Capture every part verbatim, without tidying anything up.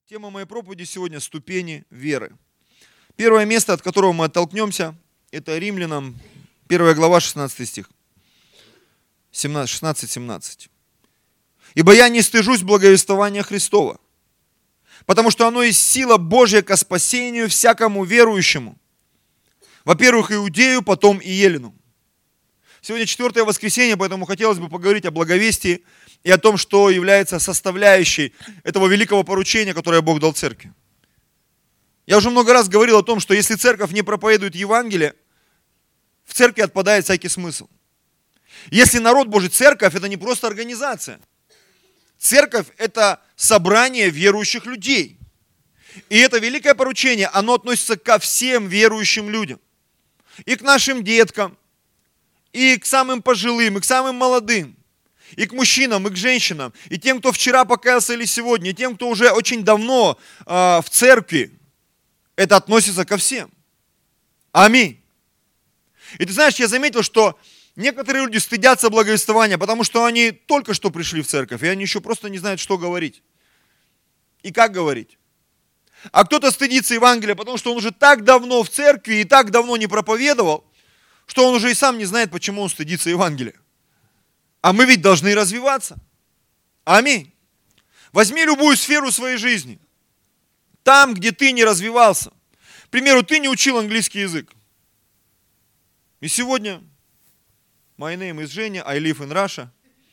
Тема моей проповеди сегодня – ступени веры. Первое место, от которого мы оттолкнемся, это Римлянам, первая глава, шестнадцатый стих. шестнадцать семнадцать. «Ибо я не стыжусь благовествования Христова, потому что оно есть сила Божья ко спасению всякому верующему, во-первых, иудею, потом и елену». Сегодня четвертое воскресенье, поэтому хотелось бы поговорить о благовестии и о том, что является составляющей этого великого поручения, которое Бог дал церкви. Я уже много раз говорил о том, что если церковь не проповедует Евангелие, в церкви отпадает всякий смысл. Если народ Божий, церковь – это не просто организация. Церковь – это собрание верующих людей. И это великое поручение, оно относится ко всем верующим людям. И к нашим деткам, и к самым пожилым, и к самым молодым, и к мужчинам, и к женщинам, и тем, кто вчера покаялся или сегодня, и тем, кто уже очень давно э, в церкви. Это относится ко всем. Аминь. И ты знаешь, я заметил, что некоторые люди стыдятся благовествования, потому что они только что пришли в церковь, и они еще просто не знают, что говорить. И как говорить. А кто-то стыдится Евангелия, потому что он уже так давно в церкви и так давно не проповедовал, что он уже и сам не знает, почему он стыдится Евангелия. А мы ведь должны развиваться. Аминь. Возьми любую сферу своей жизни. Там, где ты не развивался. К примеру, ты не учил английский язык. И сегодня my name is Женя, I live in Russia.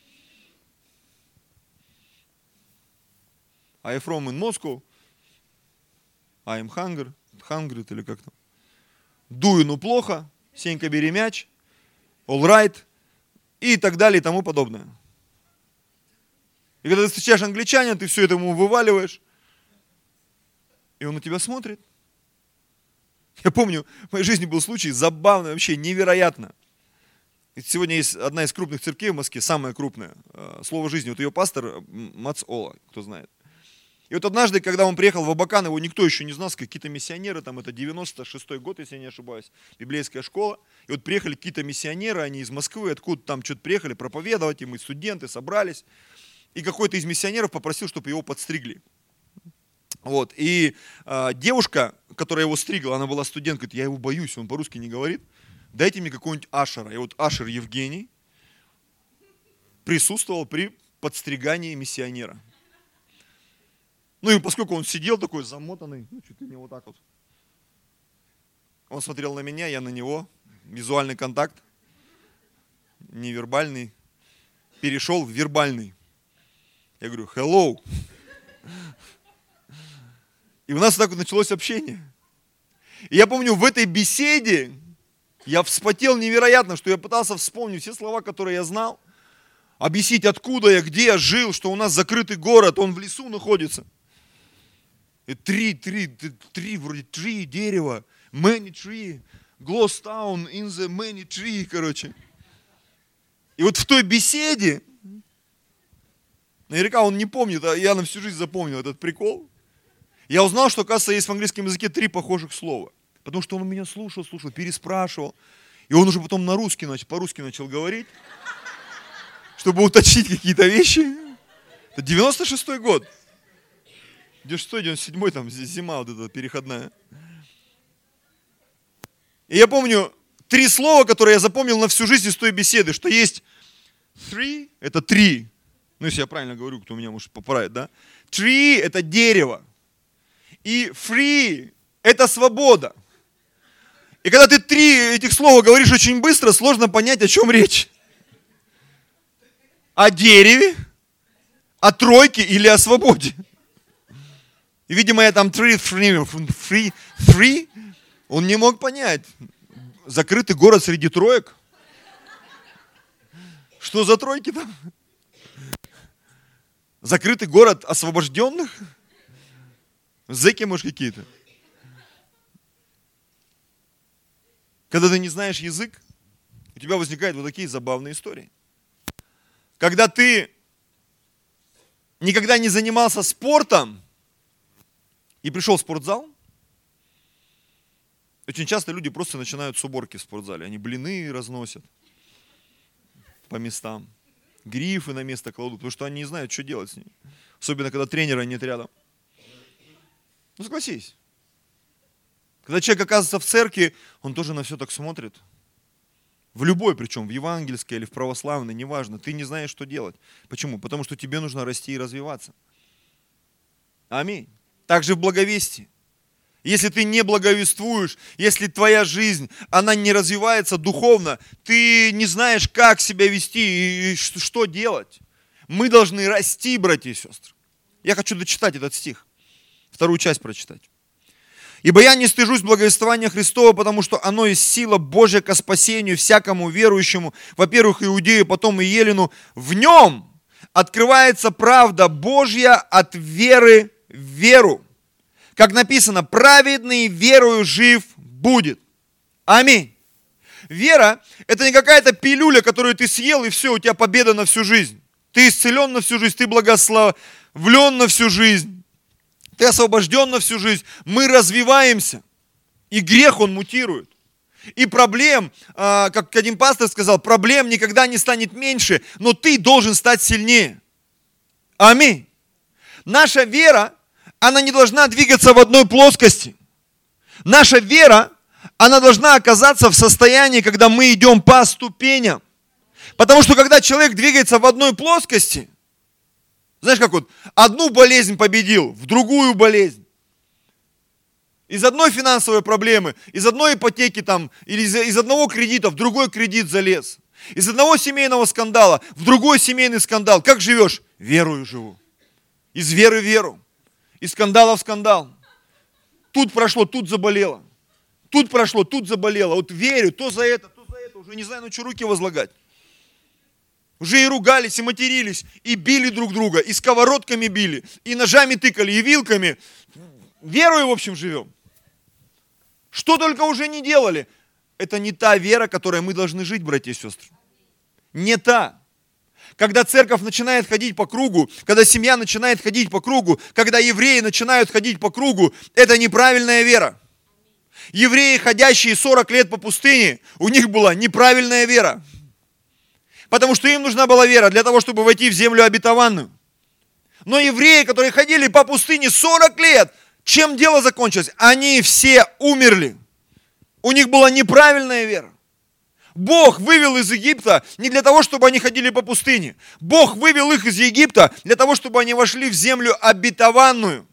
I from in Moscow. I am hungry. Hungry или как там. Дую, ну плохо. Сенька, бери мяч. All right. И так далее и тому подобное. И когда ты встречаешь англичанина, ты все это ему вываливаешь. И он на тебя смотрит. Я помню, в моей жизни был случай забавный, вообще невероятно. И сегодня есть одна из крупных церквей в Москве, самая крупная, Слово жизни. Вот ее пастор Мац Ола, кто знает. И вот однажды, когда он приехал в Абакан, его никто еще не знал, какие-то миссионеры, там это девяносто шестой год, если я не ошибаюсь, библейская школа. И вот приехали какие-то миссионеры, они из Москвы, откуда там что-то приехали проповедовать, и мы студенты собрались. И какой-то из миссионеров попросил, чтобы его подстригли. Вот. И э, девушка, которая его стригла, она была студенткой, говорит, я его боюсь, он по-русски не говорит. Дайте мне какого-нибудь ашера. И вот ашер Евгений присутствовал при подстригании миссионера. Ну и поскольку он сидел такой замотанный, ну чуть ли не вот так вот. Он смотрел на меня, я на него. Визуальный контакт, невербальный, перешел в вербальный. Я говорю, hello. И у нас так вот началось общение. И я помню, в этой беседе я вспотел невероятно, что я пытался вспомнить все слова, которые я знал, объяснить, откуда я, где я жил, что у нас закрытый город, он в лесу находится. И три, три, три, вроде три дерева, many tree, Gloss Town in the many tree, короче. И вот в той беседе, наверняка он не помнит, а я на всю жизнь запомнил этот прикол, я узнал, что, оказывается, есть в английском языке три похожих слова. Потому что он меня слушал, слушал, переспрашивал. И он уже потом на русский, по-русски начал говорить, чтобы уточнить какие-то вещи. Это девяносто шестой год. девяносто шестой, девяносто седьмой, там зима вот эта переходная. И я помню три слова, которые я запомнил на всю жизнь из той беседы, что есть three, это три. Ну, если я правильно говорю, кто меня может поправить, да? Tree, это дерево. И free, это свобода. И когда ты три этих слова говоришь очень быстро, сложно понять, о чем речь. О дереве, о тройке или о свободе. И, видимо, я там three, three, three, three, он не мог понять. Закрытый город среди троек? Что за тройки там? Закрытый город освобожденных? Зэки, может, какие-то? Когда ты не знаешь язык, у тебя возникают вот такие забавные истории. Когда ты никогда не занимался спортом и пришел в спортзал, очень часто люди просто начинают с уборки в спортзале. Они блины разносят по местам, грифы на место кладут, потому что они не знают, что делать с ними. Особенно, когда тренера нет рядом. Ну, согласись. Когда человек оказывается в церкви, он тоже на все так смотрит. В любой, причем в евангельской или в православной, неважно. Ты не знаешь, что делать. Почему? Потому что тебе нужно расти и развиваться. Аминь. Также в благовестии. Если ты не благовествуешь, если твоя жизнь, она не развивается духовно, ты не знаешь, как себя вести и что делать. Мы должны расти, братья и сестры. Я хочу дочитать этот стих, вторую часть прочитать. «Ибо я не стыжусь благовествования Христова, потому что оно есть сила Божья ко спасению всякому верующему, во-первых, иудею, потом и елену. В нем открывается правда Божья от веры в веру. Как написано, праведный верою жив будет». Аминь. Вера – это не какая-то пилюля, которую ты съел, и все, у тебя победа на всю жизнь. Ты исцелен на всю жизнь, ты благословлен на всю жизнь, ты освобожден на всю жизнь. Мы развиваемся, и грех, он мутирует. И проблем, как один пастор сказал, проблем никогда не станет меньше, но ты должен стать сильнее. Аминь. Наша вера, она не должна двигаться в одной плоскости. Наша вера, она должна оказаться в состоянии, когда мы идем по ступеням. Потому что когда человек двигается в одной плоскости, знаешь, как вот, одну болезнь победил, в другую болезнь. Из одной финансовой проблемы, из одной ипотеки там, или из, из одного кредита в другой кредит залез. Из одного семейного скандала в другой семейный скандал. Как живешь? Верую живу. Из веры в веру. Из скандала в скандал. Тут прошло, тут заболело. Тут прошло, тут заболело. Вот верю, то за это, то за это. Уже не знаю, ну что руки возлагать. Уже и ругались, и матерились, и били друг друга, и сковородками били, и ножами тыкали, и вилками. Верою, в общем, живем. Что только уже не делали. Это не та вера, которой мы должны жить, братья и сестры. Не та. Когда церковь начинает ходить по кругу, когда семья начинает ходить по кругу, когда евреи начинают ходить по кругу, это неправильная вера. Евреи, ходящие сорок лет по пустыне, у них была неправильная вера. Потому что им нужна была вера для того, чтобы войти в землю обетованную. Но евреи, которые ходили по пустыне сорок лет, чем дело закончилось? Они все умерли. У них была неправильная вера. Бог вывел из Египта не для того, чтобы они ходили по пустыне. Бог вывел их из Египта для того, чтобы они вошли в землю обетованную.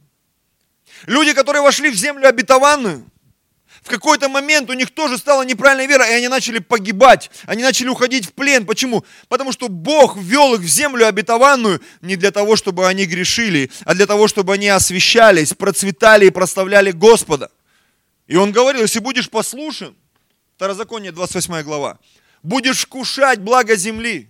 Люди, которые вошли в землю обетованную, в какой-то момент у них тоже стала неправильная вера, и они начали погибать, они начали уходить в плен. Почему? Потому что Бог ввел их в землю обетованную не для того, чтобы они грешили, а для того, чтобы они освящались, процветали и прославляли Господа. И Он говорил, если будешь послушен, Второзаконие, двадцать восьмая глава, будешь вкушать благо земли,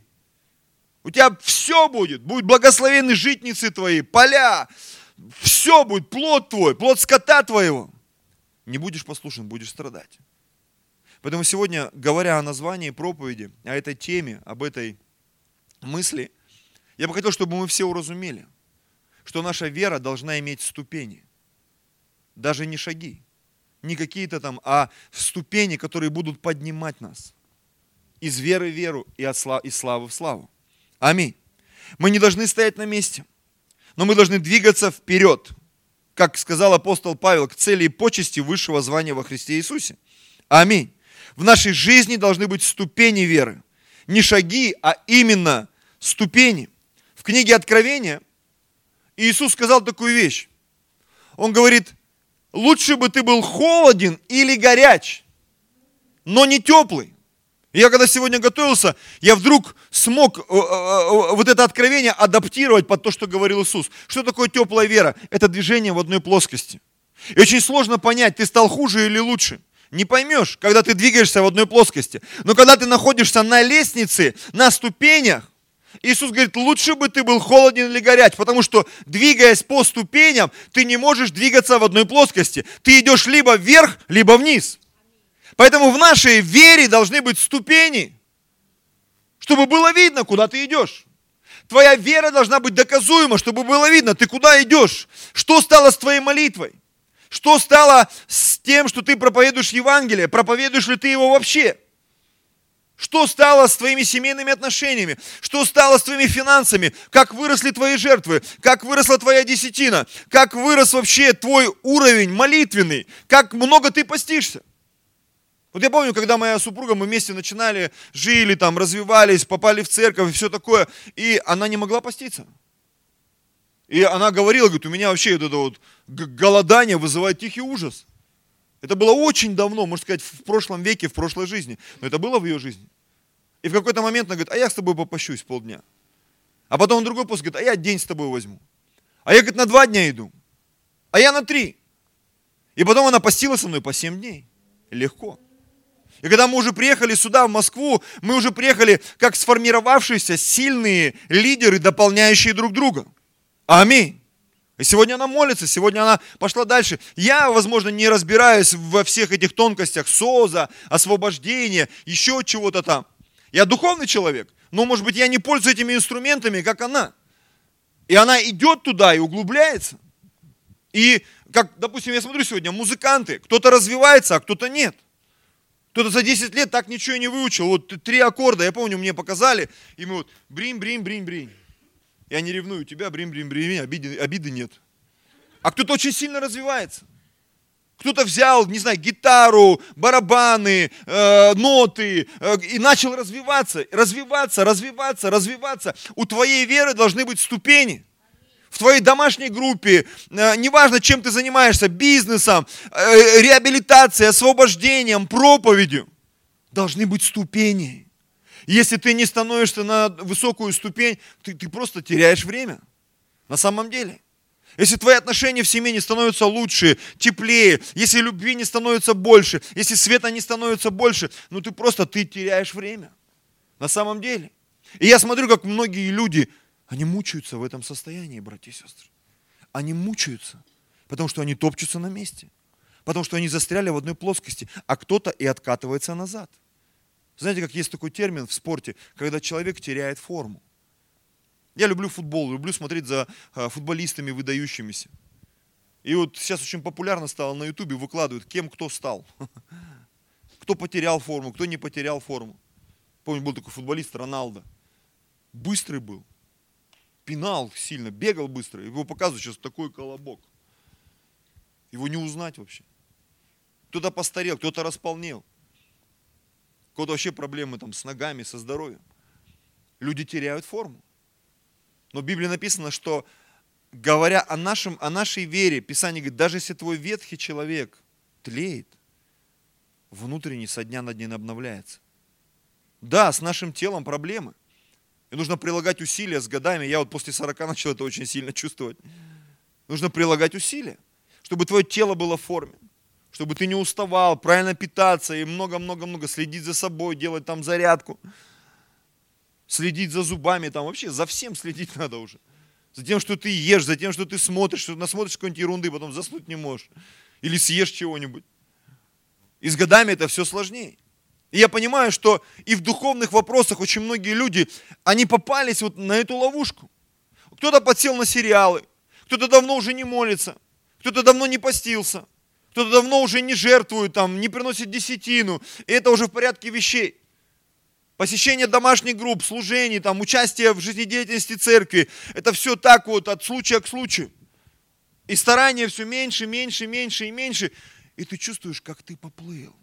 у тебя все будет, будут благословенны житницы твои, поля, все будет, плод твой, плод скота твоего. Не будешь послушен, будешь страдать. Поэтому сегодня, говоря о названии проповеди, о этой теме, об этой мысли, я бы хотел, чтобы мы все уразумели, что наша вера должна иметь ступени. Даже не шаги, не какие-то там, а ступени, которые будут поднимать нас из веры в веру и от славы, из славы в славу. Аминь. Мы не должны стоять на месте, но мы должны двигаться вперед. Как сказал апостол Павел, к цели и почести высшего звания во Христе Иисусе. Аминь. В нашей жизни должны быть ступени веры. Не шаги, а именно ступени. В книге Откровения Иисус сказал такую вещь. Он говорит, лучше бы ты был холоден или горяч, но не теплый. Я когда сегодня готовился, я вдруг смог вот это откровение адаптировать под то, что говорил Иисус. Что такое теплая вера? Это движение в одной плоскости. И очень сложно понять, ты стал хуже или лучше. Не поймешь, когда ты двигаешься в одной плоскости. Но когда ты находишься на лестнице, на ступенях, Иисус говорит, лучше бы ты был холоден или горяч, потому что, двигаясь по ступеням, ты не можешь двигаться в одной плоскости. Ты идешь либо вверх, либо вниз. Поэтому в нашей вере должны быть ступени, чтобы было видно, куда ты идешь. Твоя вера должна быть доказуема, чтобы было видно, ты куда идешь. Что стало с твоей молитвой? Что стало с тем, что ты проповедуешь Евангелие? Проповедуешь ли ты его вообще? Что стало с твоими семейными отношениями? Что стало с твоими финансами? Как выросли твои жертвы? Как выросла твоя десятина? Как вырос вообще твой уровень молитвенный? Как много ты постишься? Вот я помню, когда моя супруга, мы вместе начинали, жили там, развивались, попали в церковь и все такое, и она не могла поститься. И она говорила, говорит, у меня вообще вот это вот голодание вызывает тихий ужас. Это было очень давно, можно сказать, в прошлом веке, в прошлой жизни. Но это было в ее жизни. И в какой-то момент она говорит, а я с тобой попощусь полдня. А потом на другой пост говорит, а я день с тобой возьму. А я, говорит, на два дня иду. А я на три. И потом она постила со мной по семь дней. Легко. И когда мы уже приехали сюда, в Москву, мы уже приехали как сформировавшиеся сильные лидеры, дополняющие друг друга. Аминь. И сегодня она молится, сегодня она пошла дальше. Я, возможно, не разбираюсь во всех этих тонкостях СОЗа, освобождения, еще чего-то там. Я духовный человек, но, может быть, я не пользуюсь этими инструментами, как она. И она идет туда и углубляется. И, как, допустим, я смотрю сегодня, музыканты, кто-то развивается, а кто-то нет. Кто-то за десять лет так ничего и не выучил. Вот три аккорда, я помню, мне показали, и мы вот брим, брим, брим, брим. Я не ревную тебя, брим, брим, брим, обиды, обиды нет. А кто-то очень сильно развивается. Кто-то взял, не знаю, гитару, барабаны, э, ноты э, и начал развиваться, развиваться, развиваться, развиваться. У твоей веры должны быть ступени. В твоей домашней группе, э, неважно, чем ты занимаешься, бизнесом, э, реабилитацией, освобождением, проповедью, должны быть ступени. Если ты не становишься на высокую ступень, ты, ты просто теряешь время. На самом деле. Если твои отношения в семье не становятся лучше, теплее, если любви не становится больше, если света не становится больше, ну ты просто ты теряешь время. На самом деле. И я смотрю, как многие люди, они мучаются в этом состоянии, братья и сестры. Они мучаются, потому что они топчутся на месте. Потому что они застряли в одной плоскости, а кто-то и откатывается назад. Знаете, как есть такой термин в спорте, когда человек теряет форму. Я люблю футбол, люблю смотреть за футболистами выдающимися. И вот сейчас очень популярно стало на ютубе, выкладывают, кем кто стал. Кто потерял форму, кто не потерял форму. Помню, был такой футболист Роналдо. Быстрый был. Пинал сильно, бегал быстро. Его показывают сейчас такой колобок. Его не узнать вообще. Кто-то постарел, кто-то располнел. У кого-то вообще проблемы там, с ногами, со здоровьем. Люди теряют форму. Но в Библии написано, что говоря о, нашем, о нашей вере, Писание говорит, даже если твой ветхий человек тлеет, внутренний со дня на день обновляется. Да, с нашим телом проблемы. И нужно прилагать усилия с годами. Я вот после сорока начал это очень сильно чувствовать. Нужно прилагать усилия, чтобы твое тело было в форме. Чтобы ты не уставал, правильно питаться и много-много-много следить за собой, делать там зарядку, следить за зубами, там вообще за всем следить надо уже. За тем, что ты ешь, за тем, что ты смотришь, что насмотришь какой-нибудь ерунды, потом заснуть не можешь. Или съешь чего-нибудь. И с годами это все сложнее. И я понимаю, что и в духовных вопросах очень многие люди, они попались вот на эту ловушку. Кто-то подсел на сериалы, кто-то давно уже не молится, кто-то давно не постился. Кто-то давно уже не жертвует, там, не приносит десятину. И это уже в порядке вещей. Посещение домашних групп, служений, там, участие в жизнедеятельности церкви. Это все так вот, от случая к случаю. И старания все меньше, меньше, меньше и меньше. И ты чувствуешь, как ты поплыл.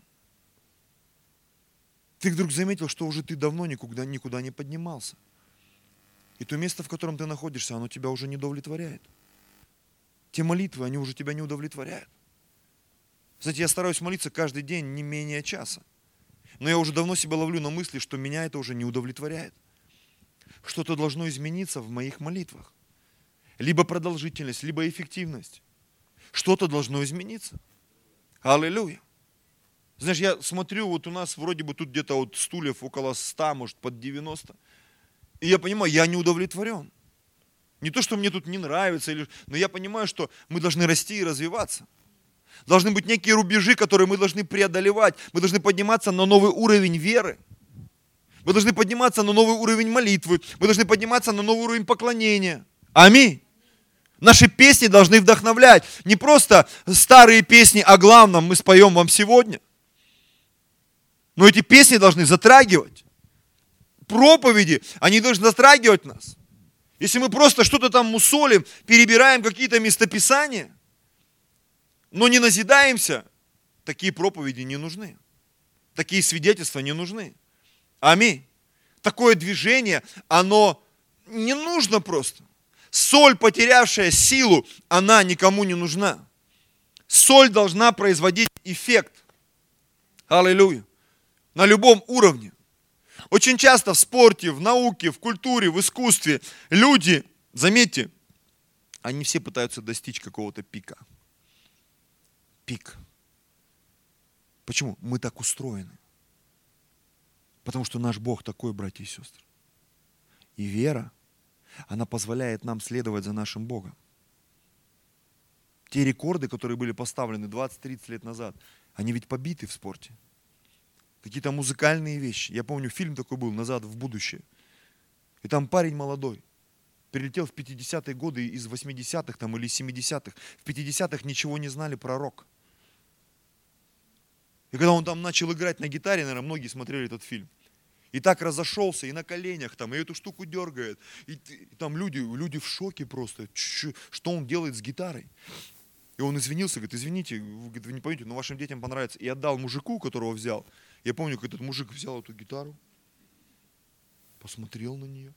Ты вдруг заметил, что уже ты давно никуда, никуда не поднимался. И то место, в котором ты находишься, оно тебя уже не удовлетворяет. Те молитвы, они уже тебя не удовлетворяют. Знаете, я стараюсь молиться каждый день не менее часа. Но я уже давно себя ловлю на мысли, что меня это уже не удовлетворяет. Что-то должно измениться в моих молитвах. Либо продолжительность, либо эффективность. Что-то должно измениться. Аллилуйя. Знаешь, я смотрю, вот у нас вроде бы тут где-то вот стульев около ста, может, под девяносто. И я понимаю, я не удовлетворен. Не то, что мне тут не нравится, но я понимаю, что мы должны расти и развиваться. Должны быть некие рубежи, которые мы должны преодолевать. Мы должны подниматься на новый уровень веры. Мы должны подниматься на новый уровень молитвы. Мы должны подниматься на новый уровень поклонения. Аминь. Наши песни должны вдохновлять. Не просто старые песни о главном мы споем вам сегодня. Но эти песни должны затрагивать. Проповеди, они должны затрагивать нас. Если мы просто что-то там мусолим, перебираем какие-то местописания, но не назидаемся, такие проповеди не нужны. Такие свидетельства не нужны. Аминь. Такое движение, оно не нужно просто. Соль, потерявшая силу, она никому не нужна. Соль должна производить эффект. Аллилуйя. На любом уровне. Очень часто в спорте, в науке, в культуре, в искусстве люди, заметьте, они все пытаются достичь какого-то пика. Пик. Почему? Мы так устроены. Потому что наш Бог такой, братья и сестры. И вера, она позволяет нам следовать за нашим Богом. Те рекорды, которые были поставлены двадцать-тридцать лет назад, они ведь побиты в спорте. Какие-то музыкальные вещи. Я помню, фильм такой был «Назад в будущее». И там парень молодой. Прилетел в пятидесятые годы из восьмидесятых там, или семидесятых. В пятидесятых ничего не знали про рок. И когда он там начал играть на гитаре, наверное, многие смотрели этот фильм. И так разошелся, и на коленях там, и эту штуку дергает. И, и там люди, люди в шоке просто. Ч, что он делает с гитарой? И он извинился, говорит, извините, вы, говорит, вы не поймете, но вашим детям понравится. И отдал мужику, которого взял. Я помню, как этот мужик взял эту гитару, посмотрел на нее.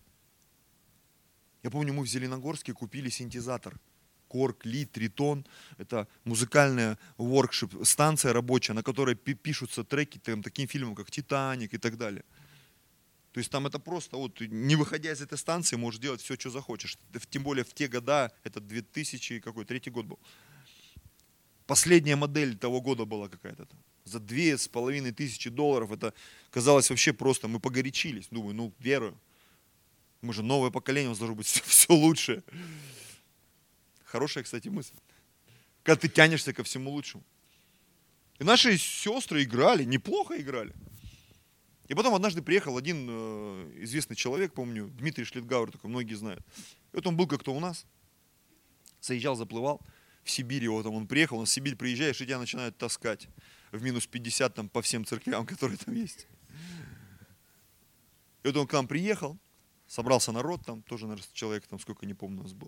Я помню, мы в Зеленогорске купили синтезатор. Корг, Ли, Тритон. Это музыкальная воркшоп, станция рабочая, на которой пишутся треки там, таким фильмам, как «Титаник» и так далее. То есть там это просто, вот, не выходя из этой станции, можешь делать все, что захочешь. Тем более в те года, это две тысячи, какой, третий год был. Последняя модель того года была какая-то там. За две с половиной тысячи долларов. Это казалось вообще просто, мы погорячились. Думаю, ну, верую. Мы же новое поколение, у нас должно быть все, все лучшее. Хорошая, кстати, мысль. Когда ты тянешься ко всему лучшему. И наши сестры играли, неплохо играли. И потом однажды приехал один э, известный человек, помню, Дмитрий Шлитгауэр, такой многие знают. И вот он был как-то у нас, заезжал, заплывал. В Сибирь его там он приехал, он в Сибирь приезжаешь, и тебя начинают таскать в минус пятьдесят там по всем церквям, которые там есть. И вот он к нам приехал, собрался народ там, тоже, наверное, человек там, сколько, не помню, у нас был.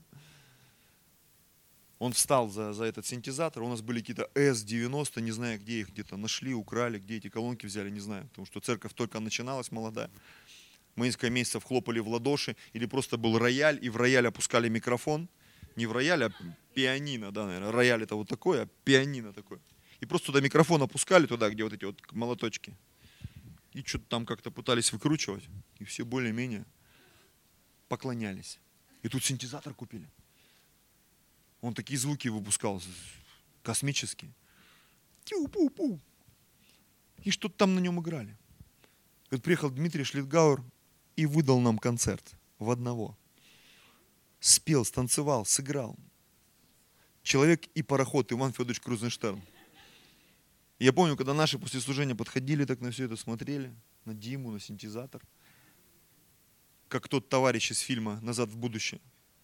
Он встал за, за этот синтезатор, у нас были какие-то эс девяносто, не знаю, где их где-то нашли, украли, где эти колонки взяли, не знаю, потому что церковь только начиналась молодая. Мы несколько месяцев хлопали в ладоши, или просто был рояль, и в рояль опускали микрофон. Не в рояль, а пианино, да, наверное. Рояль это вот такое, а пианино такое. И просто туда микрофон опускали, туда, где вот эти вот молоточки. И что-то там как-то пытались выкручивать. И все более-менее поклонялись. И тут синтезатор купили. Он такие звуки выпускал, космические. Тю-пу-пу. И что-то там на нем играли. И вот приехал Дмитрий Шлитгауэр и выдал нам концерт в одного. Спел, станцевал, сыграл. Человек и пароход Иван Федорович Крузенштерн. Я помню, когда наши после служения подходили, так на все это смотрели, на Диму, на синтезатор. Как тот товарищ из фильма «Назад в будущее».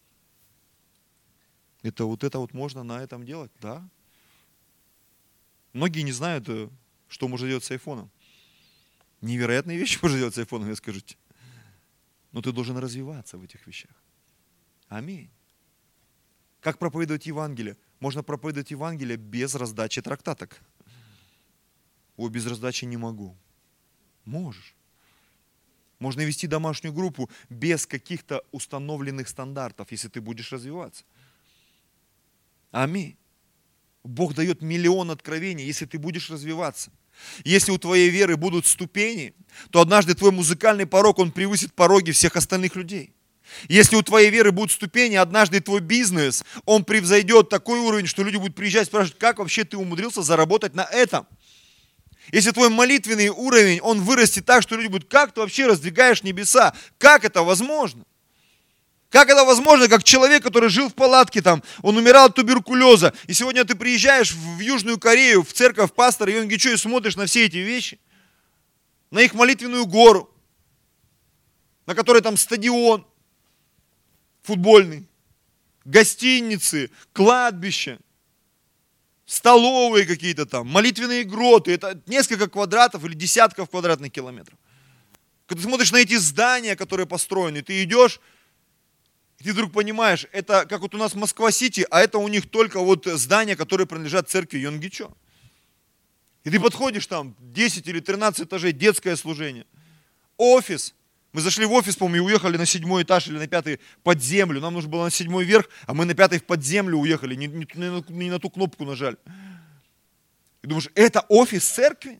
Это вот это вот можно на этом делать? Да. Многие не знают, что можно делать с айфоном. Невероятные вещи можно делать с айфоном, я скажу тебе. Но ты должен развиваться в этих вещах. Аминь. Как проповедовать Евангелие? Можно проповедовать Евангелие без раздачи трактаток. Ой, без раздачи не могу. Можешь. Можно вести домашнюю группу без каких-то установленных стандартов, если ты будешь развиваться. Аминь. Бог дает миллион откровений, если ты будешь развиваться. Если у твоей веры будут ступени, то однажды твой музыкальный порог, он превысит пороги всех остальных людей. Если у твоей веры будут ступени, однажды твой бизнес, он превзойдет такой уровень, что люди будут приезжать и спрашивать, как вообще ты умудрился заработать на этом? Если твой молитвенный уровень, он вырастет так, что люди будут, как ты вообще раздвигаешь небеса? Как это возможно? Как это возможно, как человек, который жил в палатке, там, он умирал от туберкулеза, и сегодня ты приезжаешь в Южную Корею, в церковь пастора Йонгги Чо и смотришь на все эти вещи, на их молитвенную гору, на которой там стадион футбольный, гостиницы, кладбище. столовые какие-то там, молитвенные гроты. Это несколько квадратов или десятков квадратных километров. Когда ты смотришь на эти здания, которые построены, ты идешь, и ты вдруг понимаешь, это как вот у нас Москва-Сити, а это у них только вот здания, которые принадлежат церкви Йонгичо. И ты подходишь там, десять или тринадцать этажей, детское служение, офис. Мы зашли в офис, по-моему, и уехали на седьмой этаж или на пятый под землю. Нам нужно было на седьмой вверх, а мы на пятый в подземлю уехали, не, не, не, на, не на ту кнопку нажали. И думаешь, это офис церкви?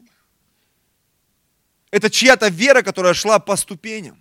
Это чья-то вера, которая шла по ступеням,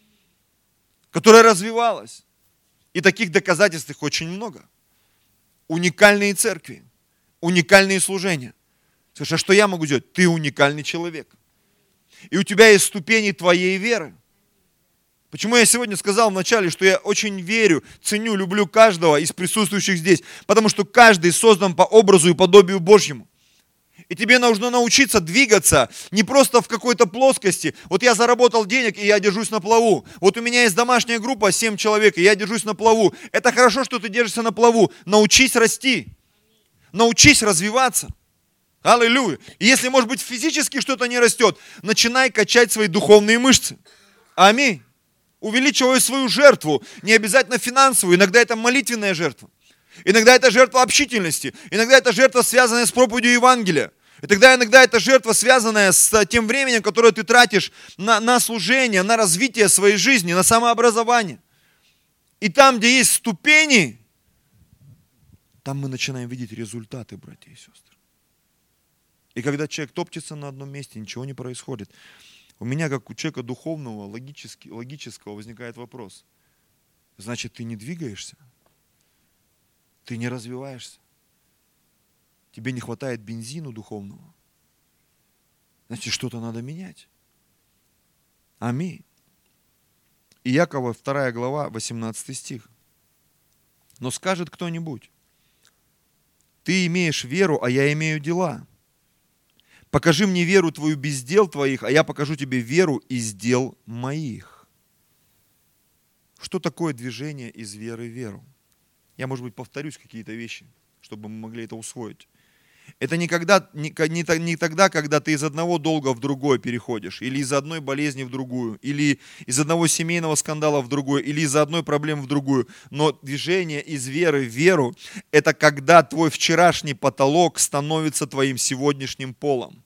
которая развивалась. И таких доказательств их очень много. Уникальные церкви, уникальные служения. Слушай, а что я могу сделать? Ты уникальный человек. И у тебя есть ступени твоей веры. Почему я сегодня сказал вначале, что я очень верю, ценю, люблю каждого из присутствующих здесь, потому что каждый создан по образу и подобию Божьему. И тебе нужно научиться двигаться не просто в какой-то плоскости. Вот я заработал денег, и я держусь на плаву. Вот у меня есть домашняя группа, семь человек, и я держусь на плаву. Это хорошо, что ты держишься на плаву. Научись расти. Научись развиваться. Аллилуйя. И если, может быть, физически что-то не растет, начинай качать свои духовные мышцы. Аминь. Увеличивай свою жертву. Не обязательно финансовую, иногда это молитвенная жертва. Иногда это жертва общительности. Иногда это жертва, связанная с проповедью Евангелия. И тогда иногда это жертва, связанная с тем временем, которое ты тратишь на, на служение, на развитие своей жизни, на самообразование. И там, где есть ступени, там мы начинаем видеть результаты, братья и сестры. И когда человек топчется на одном месте, ничего не происходит. У меня, как у человека духовного, логически, логического, возникает вопрос. Значит, ты не двигаешься? Ты не развиваешься? Тебе не хватает бензину духовного? Значит, что-то надо менять. Аминь. Иакова, вторая глава, восемнадцатый стих. Но скажет кто-нибудь: ты имеешь веру, а я имею дела. Покажи мне веру твою без дел твоих, а я покажу тебе веру из дел моих. Что такое движение из веры в веру? Я, может быть, повторюсь какие-то вещи, чтобы мы могли это усвоить. Это не, когда, не, не, не тогда, когда ты из одного долга в другой переходишь, или из одной болезни в другую, или из одного семейного скандала в другой, или из одной проблемы в другую. Но движение из веры в веру – это когда твой вчерашний потолок становится твоим сегодняшним полом.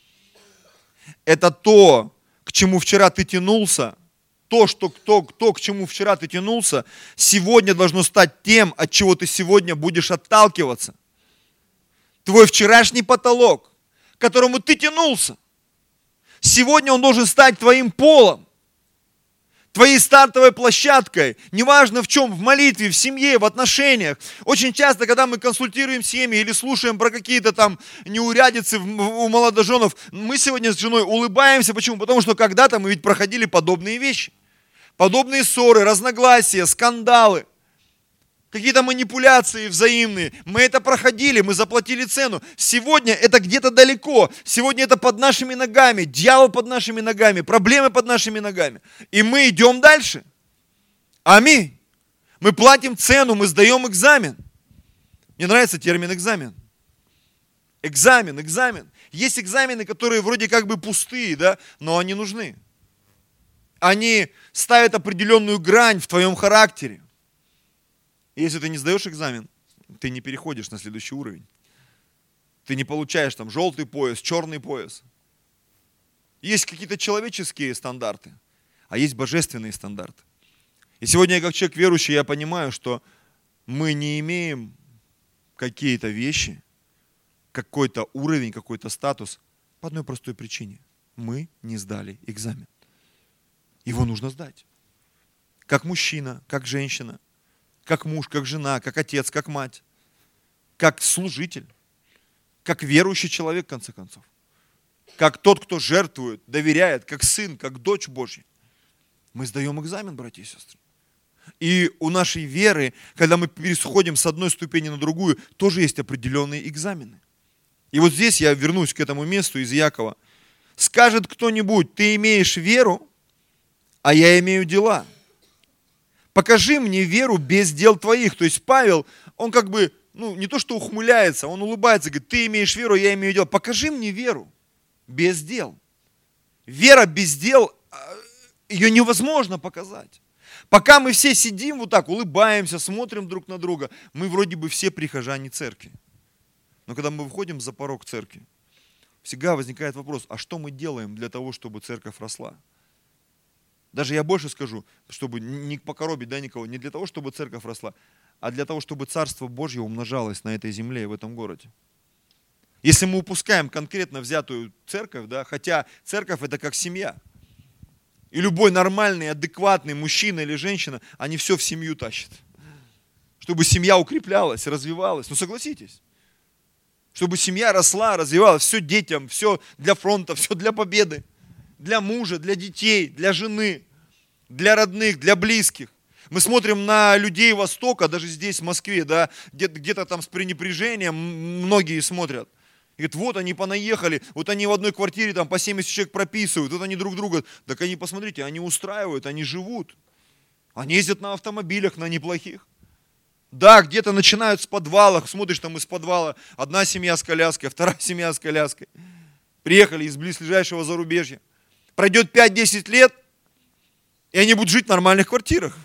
Это то, к чему вчера ты тянулся, то, что, то, то, к чему вчера ты тянулся, сегодня должно стать тем, от чего ты сегодня будешь отталкиваться. Твой вчерашний потолок, к которому ты тянулся, сегодня он должен стать твоим полом, твоей стартовой площадкой, неважно в чем, в молитве, в семье, в отношениях. Очень часто, когда мы консультируем семьи или слушаем про какие-то там неурядицы у молодоженов, мы сегодня с женой улыбаемся. Почему? Потому что когда-то мы ведь проходили подобные вещи. Подобные ссоры, разногласия, скандалы. Какие-то манипуляции взаимные. Мы это проходили, мы заплатили цену. Сегодня это где-то далеко. Сегодня это под нашими ногами. Дьявол под нашими ногами. Проблемы под нашими ногами. И мы идем дальше. Аминь. Мы платим цену, мы сдаем экзамен. Мне нравится термин экзамен. Экзамен, экзамен. Есть экзамены, которые вроде как бы пустые, да, но они нужны. Они ставят определенную грань в твоем характере. Если ты не сдаешь экзамен, ты не переходишь на следующий уровень. Ты не получаешь там желтый пояс, черный пояс. Есть какие-то человеческие стандарты, а есть божественные стандарты. И сегодня я как человек верующий, я понимаю, что мы не имеем какие-то вещи, какой-то уровень, какой-то статус по одной простой причине. Мы не сдали экзамен. Его нужно сдать. Как мужчина, как женщина. Как муж, как жена, как отец, как мать, как служитель, как верующий человек, в конце концов, как тот, кто жертвует, доверяет, как сын, как дочь Божья. Мы сдаем экзамен, братья и сестры. И у нашей веры, когда мы переходим с одной ступени на другую, тоже есть определенные экзамены. И вот здесь я вернусь к этому месту из Иакова. Скажет кто-нибудь: ты имеешь веру, а я имею дела. Покажи мне веру без дел твоих. То есть Павел, он как бы ну, не то что ухмыляется, он улыбается, говорит, ты имеешь веру, я имею дело. Покажи мне веру без дел. Вера без дел, ее невозможно показать. Пока мы все сидим вот так, улыбаемся, смотрим друг на друга, мы вроде бы все прихожане церкви. Но когда мы выходим за порог церкви, всегда возникает вопрос, а что мы делаем для того, чтобы церковь росла? Даже я больше скажу, чтобы не покоробить, да, никого, не для того, чтобы церковь росла, а для того, чтобы Царство Божье умножалось на этой земле и в этом городе. Если мы упускаем конкретно взятую церковь, да, хотя церковь это как семья, и любой нормальный, адекватный мужчина или женщина, они все в семью тащат, чтобы семья укреплялась, развивалась. Ну согласитесь, чтобы семья росла, развивалась, все детям, все для фронта, все для победы, для мужа, для детей, для жены, для родных, для близких. Мы смотрим на людей Востока, даже здесь, в Москве, да, где-то, где-то там с пренебрежением многие смотрят. И говорят, вот они понаехали, вот они в одной квартире там по семьдесят человек прописывают, вот они друг друга, так они, посмотрите, они устраивают, они живут. Они ездят на автомобилях, на неплохих. Да, где-то начинают с подвалов, смотришь там из подвала, одна семья с коляской, вторая семья с коляской. Приехали из близлежащего зарубежья. Пройдет пять-десять лет, и они будут жить в нормальных квартирах.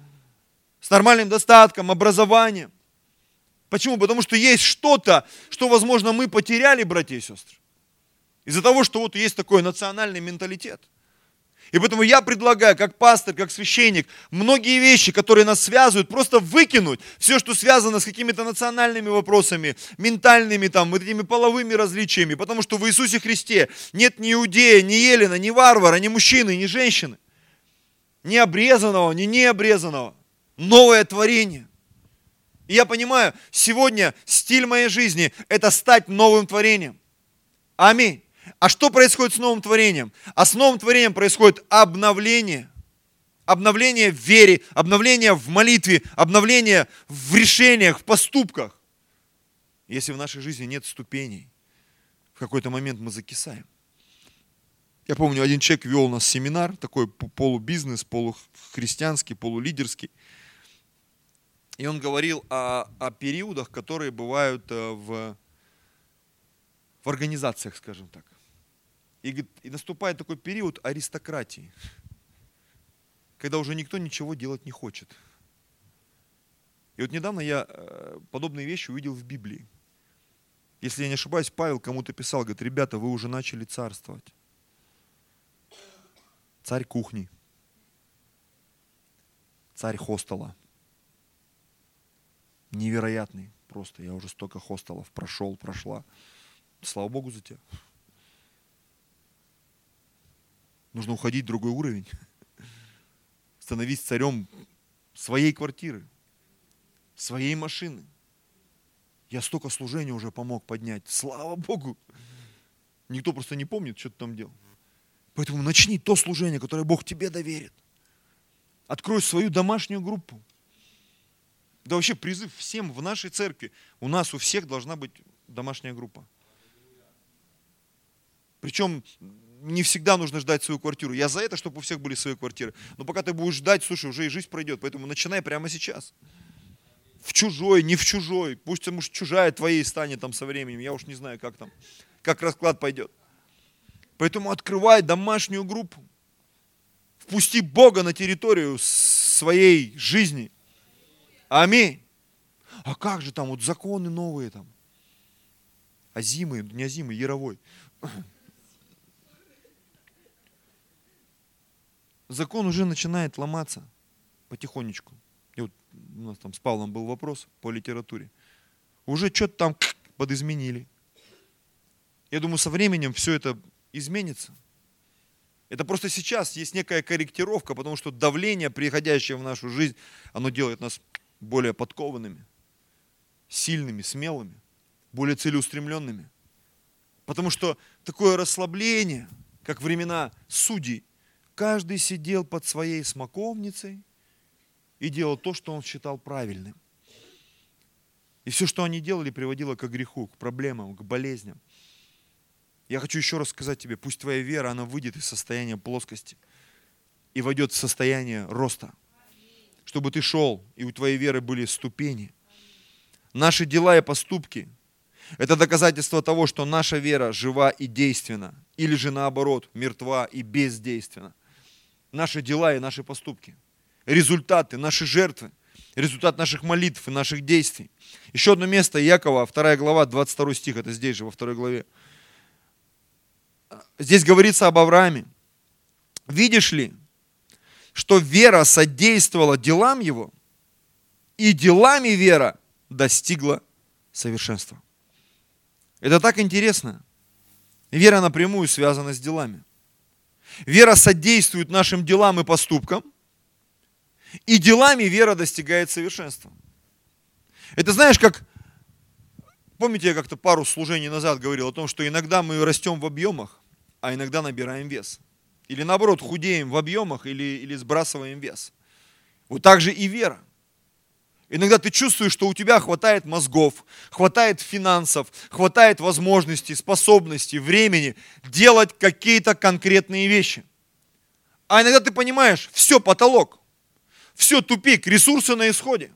С нормальным достатком, образованием. Почему? Потому что есть что-то, что, возможно, мы потеряли, братья и сестры. Из-за того, что вот есть такой национальный менталитет. И поэтому я предлагаю, как пастор, как священник, многие вещи, которые нас связывают, просто выкинуть. Все, что связано с какими-то национальными вопросами, ментальными, там, вот этими половыми различиями. Потому что в Иисусе Христе нет ни иудея, ни еллина, ни варвара, ни мужчины, ни женщины. Ни обрезанного, ни необрезанного. Новое творение. И я понимаю, сегодня стиль моей жизни – это стать новым творением. Аминь. А что происходит с новым творением? А с новым творением происходит обновление. Обновление в вере, обновление в молитве, обновление в решениях, в поступках. Если в нашей жизни нет ступеней, в какой-то момент мы закисаем. Я помню, один человек вел у нас семинар, такой полубизнес, полухристианский, полулидерский. И он говорил о, о периодах, которые бывают в, в организациях, скажем так. И, говорит, и наступает такой период аристократии, когда уже никто ничего делать не хочет. И вот недавно я подобные вещи увидел в Библии. Если я не ошибаюсь, Павел кому-то писал, говорит, ребята, вы уже начали царствовать. Царь кухни, царь хостела. Невероятный просто. Я уже столько хостелов прошел, прошла. Слава Богу за тебя. Нужно уходить в другой уровень. Становись царем своей квартиры, своей машины. Я столько служения уже помог поднять. Слава Богу. Никто просто не помнит, что ты там делал. Поэтому начни то служение, которое Бог тебе доверит. Открой свою домашнюю группу. Да вообще призыв всем в нашей церкви. У нас у всех должна быть домашняя группа. Причем не всегда нужно ждать свою квартиру. Я за это, чтобы у всех были свои квартиры. Но пока ты будешь ждать, слушай, уже и жизнь пройдет. Поэтому начинай прямо сейчас. В чужой, не в чужой. Пусть, может, чужая твоей станет там со временем. Я уж не знаю, как там, как расклад пойдет. Поэтому открывай домашнюю группу. Впусти Бога на территорию своей жизни. Аминь. А как же там вот законы новые там? Азимы, не Азимы, Яровой. Закон уже начинает ломаться потихонечку. И вот у нас там с Павлом был вопрос по литературе. Уже что-то там подизменили. Я думаю, со временем все это изменится. Это просто сейчас есть некая корректировка, потому что давление, приходящее в нашу жизнь, оно делает нас более подкованными, сильными, смелыми, более целеустремленными. Потому что такое расслабление, как времена судей, каждый сидел под своей смоковницей и делал то, что он считал правильным. И все, что они делали, приводило к греху, к проблемам, к болезням. Я хочу еще раз сказать тебе, пусть твоя вера, она выйдет из состояния плоскости и войдет в состояние роста. Чтобы ты шел, и у твоей веры были ступени. Наши дела и поступки – это доказательство того, что наша вера жива и действенна, или же наоборот, мертва и бездейственна. Наши дела и наши поступки, результаты, наши жертвы, результат наших молитв и наших действий. Еще одно место Иакова, вторая глава, двадцать второй стих, это здесь же, во второй главе. Здесь говорится об Аврааме. Видишь ли, что вера содействовала делам его, и делами вера достигла совершенства. Это так интересно. Вера напрямую связана с делами. Вера содействует нашим делам и поступкам, и делами вера достигает совершенства. Это знаешь, как, помните, я как-то пару служений назад говорил о том, что иногда мы растем в объемах, а иногда набираем вес. Или наоборот, худеем в объемах или, или сбрасываем вес. Вот так же и вера. Иногда ты чувствуешь, что у тебя хватает мозгов, хватает финансов, хватает возможностей, способностей, времени делать какие-то конкретные вещи. А иногда ты понимаешь, все, потолок, все, тупик, ресурсы на исходе,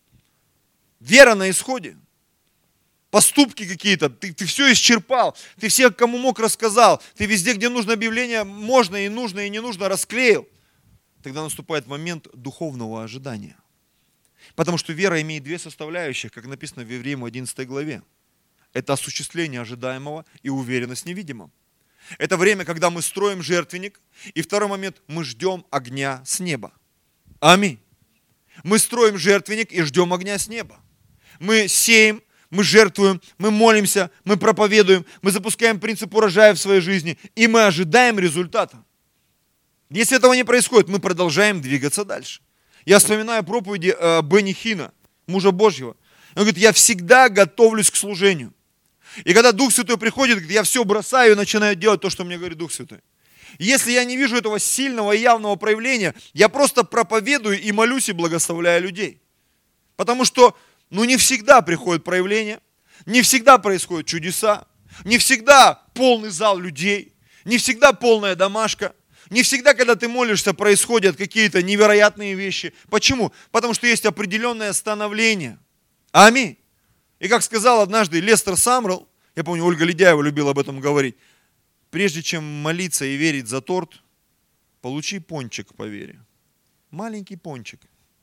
вера на исходе, поступки какие-то, ты, ты все исчерпал, ты всех, кому мог, рассказал, ты везде, где нужно объявление, можно и нужно, и не нужно, расклеил. Тогда наступает момент духовного ожидания. Потому что вера имеет две составляющих, как написано в Евреям одиннадцатой главе. Это осуществление ожидаемого и уверенность в невидимом. Это время, когда мы строим жертвенник. И второй момент, мы ждем огня с неба. Аминь. Мы строим жертвенник и ждем огня с неба. Мы сеем, мы жертвуем, мы молимся, мы проповедуем, мы запускаем принцип урожая в своей жизни, и мы ожидаем результата. Если этого не происходит, мы продолжаем двигаться дальше. Я вспоминаю проповеди э, Бенни Хина, мужа Божьего. Он говорит, я всегда готовлюсь к служению. И когда Дух Святой приходит, говорит, я все бросаю и начинаю делать то, что мне говорит Дух Святой. Если я не вижу этого сильного и явного проявления, я просто проповедую и молюсь и благословляю людей. Потому что, ну, не всегда приходит проявление, не всегда происходят чудеса, не всегда полный зал людей, не всегда полная домашка. Не всегда, когда ты молишься, происходят какие-то невероятные вещи. Почему? Потому что есть определенное становление. Аминь. И как сказал однажды Лестер Самрелл, я помню, Ольга Ледяева любила об этом говорить, прежде чем молиться и верить за торт, получи пончик по вере. Маленький пончик.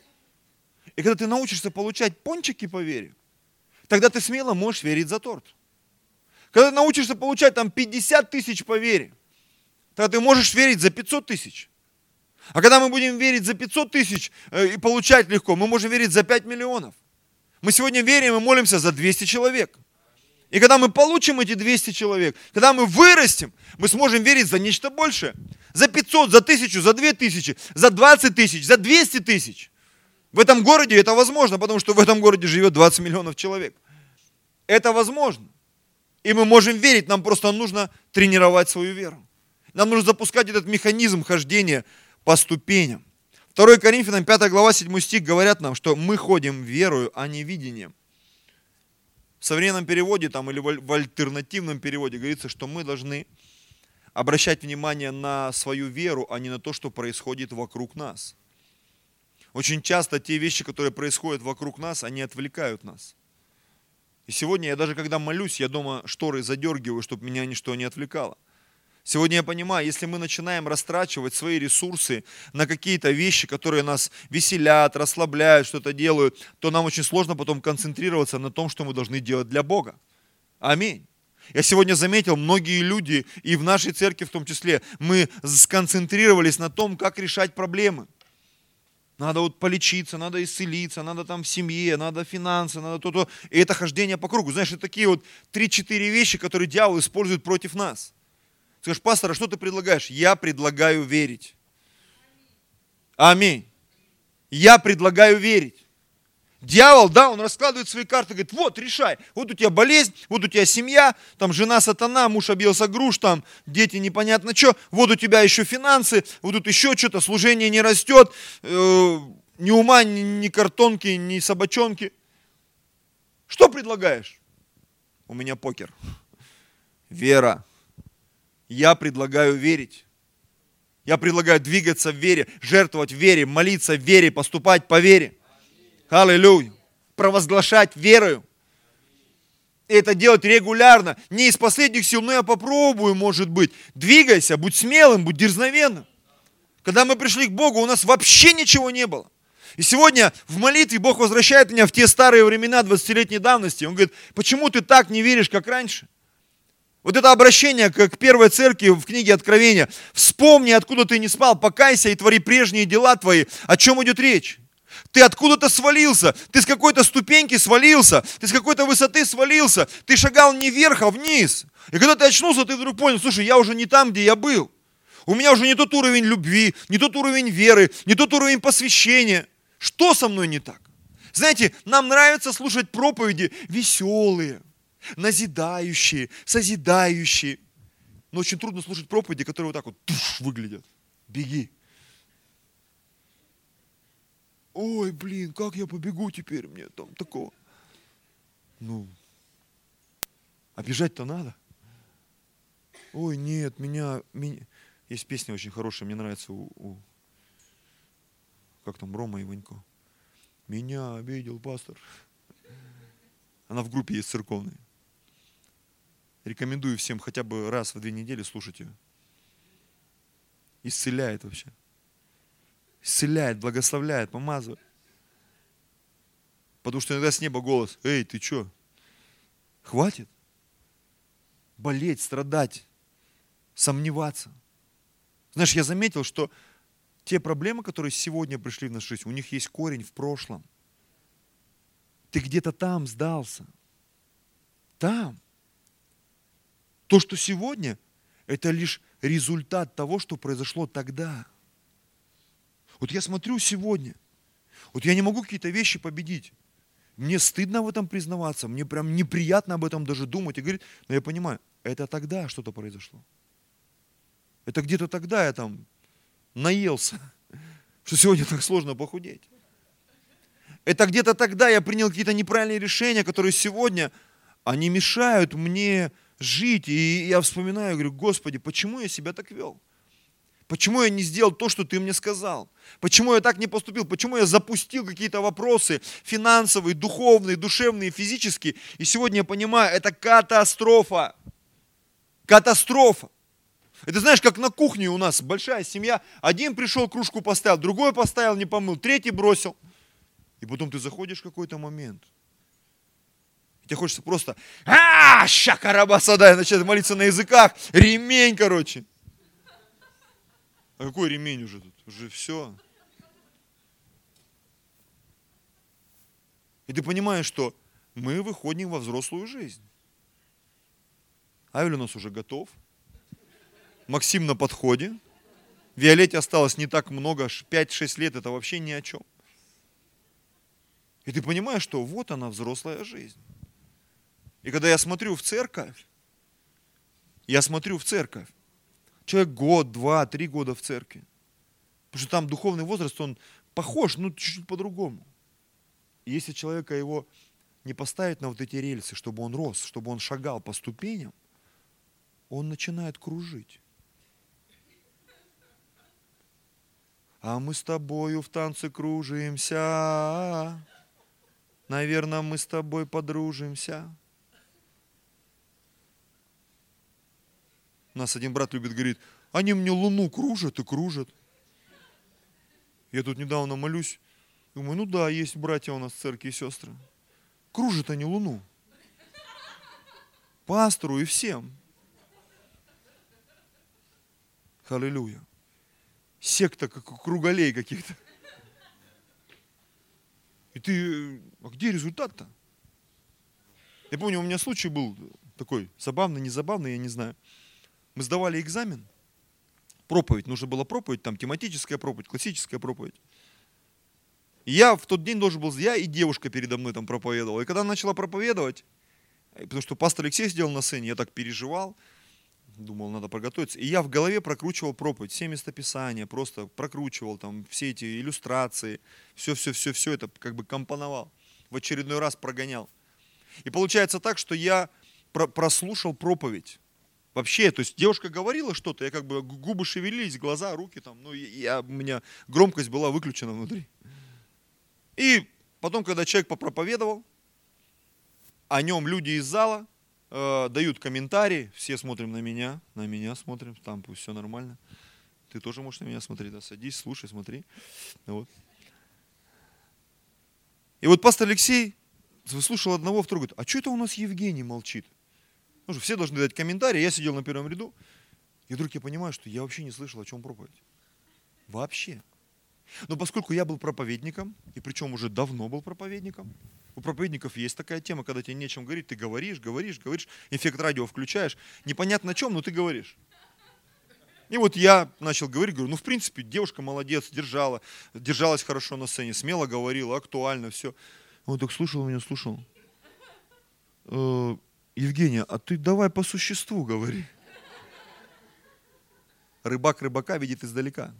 И когда ты научишься получать пончики по вере, тогда ты смело можешь верить за торт. Когда ты научишься получать там пятьдесят тысяч по вере, тогда ты можешь верить за пятьсот тысяч. А когда мы будем верить за пятьсот тысяч и получать легко, мы можем верить за пять миллионов. Мы сегодня верим и молимся за двести человек. И когда мы получим эти двести человек, когда мы вырастем, мы сможем верить за нечто большее. За пятьсот, за тысячу, за две тысячи, за двадцать тысяч, за двести тысяч. В этом городе это возможно, потому что в этом городе живет двадцать миллионов человек. Это возможно. И мы можем верить, нам просто нужно тренировать свою веру. Нам нужно запускать этот механизм хождения по ступеням. второе Коринфянам пятая глава седьмой стих говорят нам, что мы ходим верою, а не видением. В современном переводе там, или в альтернативном переводе говорится, что мы должны обращать внимание на свою веру, а не на то, что происходит вокруг нас. Очень часто те вещи, которые происходят вокруг нас, они отвлекают нас. И сегодня я даже когда молюсь, я дома шторы задергиваю, чтобы меня ничто не отвлекало. Сегодня я понимаю, если мы начинаем растрачивать свои ресурсы на какие-то вещи, которые нас веселят, расслабляют, что-то делают, то нам очень сложно потом концентрироваться на том, что мы должны делать для Бога. Аминь. Я сегодня заметил, многие люди, и в нашей церкви в том числе, мы сконцентрировались на том, как решать проблемы. Надо вот полечиться, надо исцелиться, надо там в семье, надо финансы, надо то-то. И это хождение по кругу. Знаешь, это такие вот три-четыре вещи, которые дьявол использует против нас. Скажешь, пастор, а что ты предлагаешь? Я предлагаю верить. Аминь. Я предлагаю верить. Дьявол, да, он раскладывает свои карты, говорит, вот, решай. Вот у тебя болезнь, вот у тебя семья, там жена сатана, муж объелся груш, там дети непонятно что. Вот у тебя еще финансы, вот тут еще что-то, служение не растет, э, ни ума, ни, ни картонки, ни собачонки. Что предлагаешь? У меня покер. Вера. Я предлагаю верить. Я предлагаю двигаться в вере, жертвовать в вере, молиться в вере, поступать по вере. Аллилуйя. провозглашать верою. И это делать регулярно. Не из последних сил, но я попробую, может быть. Двигайся, будь смелым, будь дерзновенным. Когда мы пришли к Богу, у нас вообще ничего не было. И сегодня в молитве Бог возвращает меня в те старые времена двадцатилетней давности. Он говорит, почему ты так не веришь, как раньше? Вот это обращение к первой церкви в книге Откровения. Вспомни, откуда ты не спал, покайся и твори прежние дела твои. О чем идет речь? Ты откуда-то свалился, ты с какой-то ступеньки свалился, ты с какой-то высоты свалился, ты шагал не вверх, а вниз. И когда ты очнулся, ты вдруг понял, слушай, я уже не там, где я был. У меня уже не тот уровень любви, не тот уровень веры, не тот уровень посвящения. Что со мной не так? Знаете, нам нравится слушать проповеди веселые, назидающие, созидающие. Но очень трудно слушать проповеди, которые вот так вот туш, выглядят. Беги. Ой, блин, как я побегу теперь, мне там такого. Ну, а бежать-то надо. Ой, нет, меня, меня... Есть песня очень хорошая, мне нравится у, у... как там, Рома Иванько. Меня обидел пастор. Она в группе есть церковной. Рекомендую всем хотя бы раз в две недели слушать ее. Исцеляет вообще. Исцеляет, благословляет, помазывает. Потому что иногда с неба голос: эй, ты что? Хватит болеть, страдать, сомневаться. Знаешь, я заметил, что те проблемы, которые сегодня пришли в нашу жизнь, у них есть корень в прошлом. Ты где-то там сдался. Там. То, что сегодня, это лишь результат того, что произошло тогда. Вот я смотрю сегодня, вот я не могу какие-то вещи победить. Мне стыдно в этом признаваться, мне прям неприятно об этом даже думать и говорить, но я понимаю, это тогда что-то произошло. Это где-то тогда я там наелся, что сегодня так сложно похудеть. Это где-то тогда я принял какие-то неправильные решения, которые сегодня, они мешают мне жить. И я вспоминаю, говорю, Господи, почему я себя так вел? Почему я не сделал то, что Ты мне сказал? Почему я так не поступил? Почему я запустил какие-то вопросы финансовые, духовные, душевные, физические? И сегодня я понимаю, это катастрофа. Катастрофа. Это знаешь, как на кухне у нас большая семья. Один пришел, кружку поставил, другой поставил, не помыл, третий бросил. И потом ты заходишь в какой-то момент. И тебе хочется просто а щакарабасада, и начать молиться на языках. Ремень, короче. А какой ремень уже тут? Уже все. И ты понимаешь, что мы выходим во взрослую жизнь. Авель у нас уже готов. Максим на подходе. Виолетте осталось не так много, пять-шесть лет, это вообще ни о чем. И ты понимаешь, что вот она, взрослая жизнь. И когда я смотрю в церковь, я смотрю в церковь, человек год, два, три года в церкви. Потому что там духовный возраст, он похож, но чуть-чуть по-другому. И если человека его не поставить на вот эти рельсы, чтобы он рос, чтобы он шагал по ступеням, он начинает кружить. А мы с тобою в танце кружимся. Наверное, мы с тобой подружимся. У нас один брат любит, говорит, они мне луну кружат и кружат. Я тут недавно молюсь. Думаю, ну да, есть братья у нас в церкви и сестры. Кружат они луну. Пастору и всем. Аллилуйя. Секта, как круголей каких-то. И ты, а где результат-то? Я помню, у меня случай был такой, забавный, незабавный, я не знаю. Мы сдавали экзамен, проповедь, нужно было проповедь, там тематическая проповедь, классическая проповедь. И я в тот день должен был, я и девушка передо мной там проповедовала. И когда она начала проповедовать, потому что пастор Алексей сидел на сцене, я так переживал, думал, надо подготовиться. И я в голове прокручивал проповедь, все местописания, просто прокручивал там все эти иллюстрации, все-все-все-все это как бы компоновал, в очередной раз прогонял. И получается так, что я прослушал проповедь. Вообще, то есть девушка говорила что-то, я как бы губы шевелились, глаза, руки там, ну, я, у меня громкость была выключена внутри. И Потом, когда человек попроповедовал, о нем люди из зала э, дают комментарии, все смотрим на меня, на меня смотрим, там пусть все нормально. Ты тоже можешь на меня смотреть, да, садись, слушай, смотри. Вот. И вот пастор Алексей выслушал одного, второго, говорит, а что это у нас Евгений молчит? Ну же, все должны дать комментарии, я сидел на первом ряду, и вдруг я понимаю, что я вообще не слышал, о чем проповедь. Вообще. Но поскольку я был проповедником, и причем уже давно был проповедником, у проповедников есть такая тема, когда тебе нечем говорить, ты говоришь, говоришь, говоришь, эффект радио включаешь, непонятно о чем, но ты говоришь. И вот я начал говорить, говорю, ну в принципе девушка молодец, держала, держалась хорошо на сцене, смело говорила, актуально, все. Он так слушал меня, слушал. Э, Евгения, а ты давай по существу говори. Рыбак рыбака видит издалека.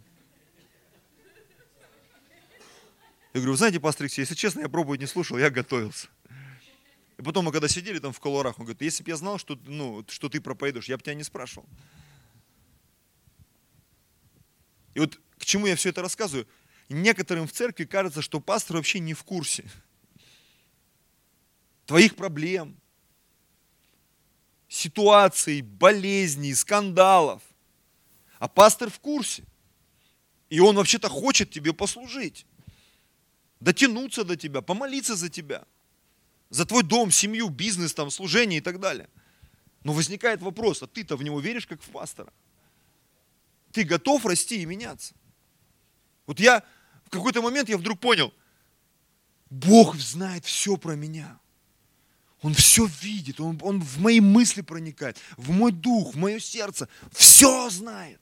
Я говорю, вы знаете, пастор Алексей, если честно, я проповедь не слушал, я готовился. И потом мы когда сидели там в кулуарах, он говорит, если бы я знал, что, ну, что ты проповедуешь, я бы тебя не спрашивал. И вот к чему я все это рассказываю? Некоторым в церкви кажется, что пастор вообще не в курсе твоих проблем, ситуаций, болезней, скандалов. А пастор в курсе. И он вообще-то хочет тебе послужить. Дотянуться до тебя, помолиться за тебя. За твой дом, семью, бизнес, там, служение и так далее. Но возникает вопрос, а ты-то в него веришь, как в пастора? Ты готов расти и меняться? Вот я в какой-то момент я вдруг понял, Бог знает все про меня. Он все видит, он, он в мои мысли проникает, в мой дух, в мое сердце. Все знает.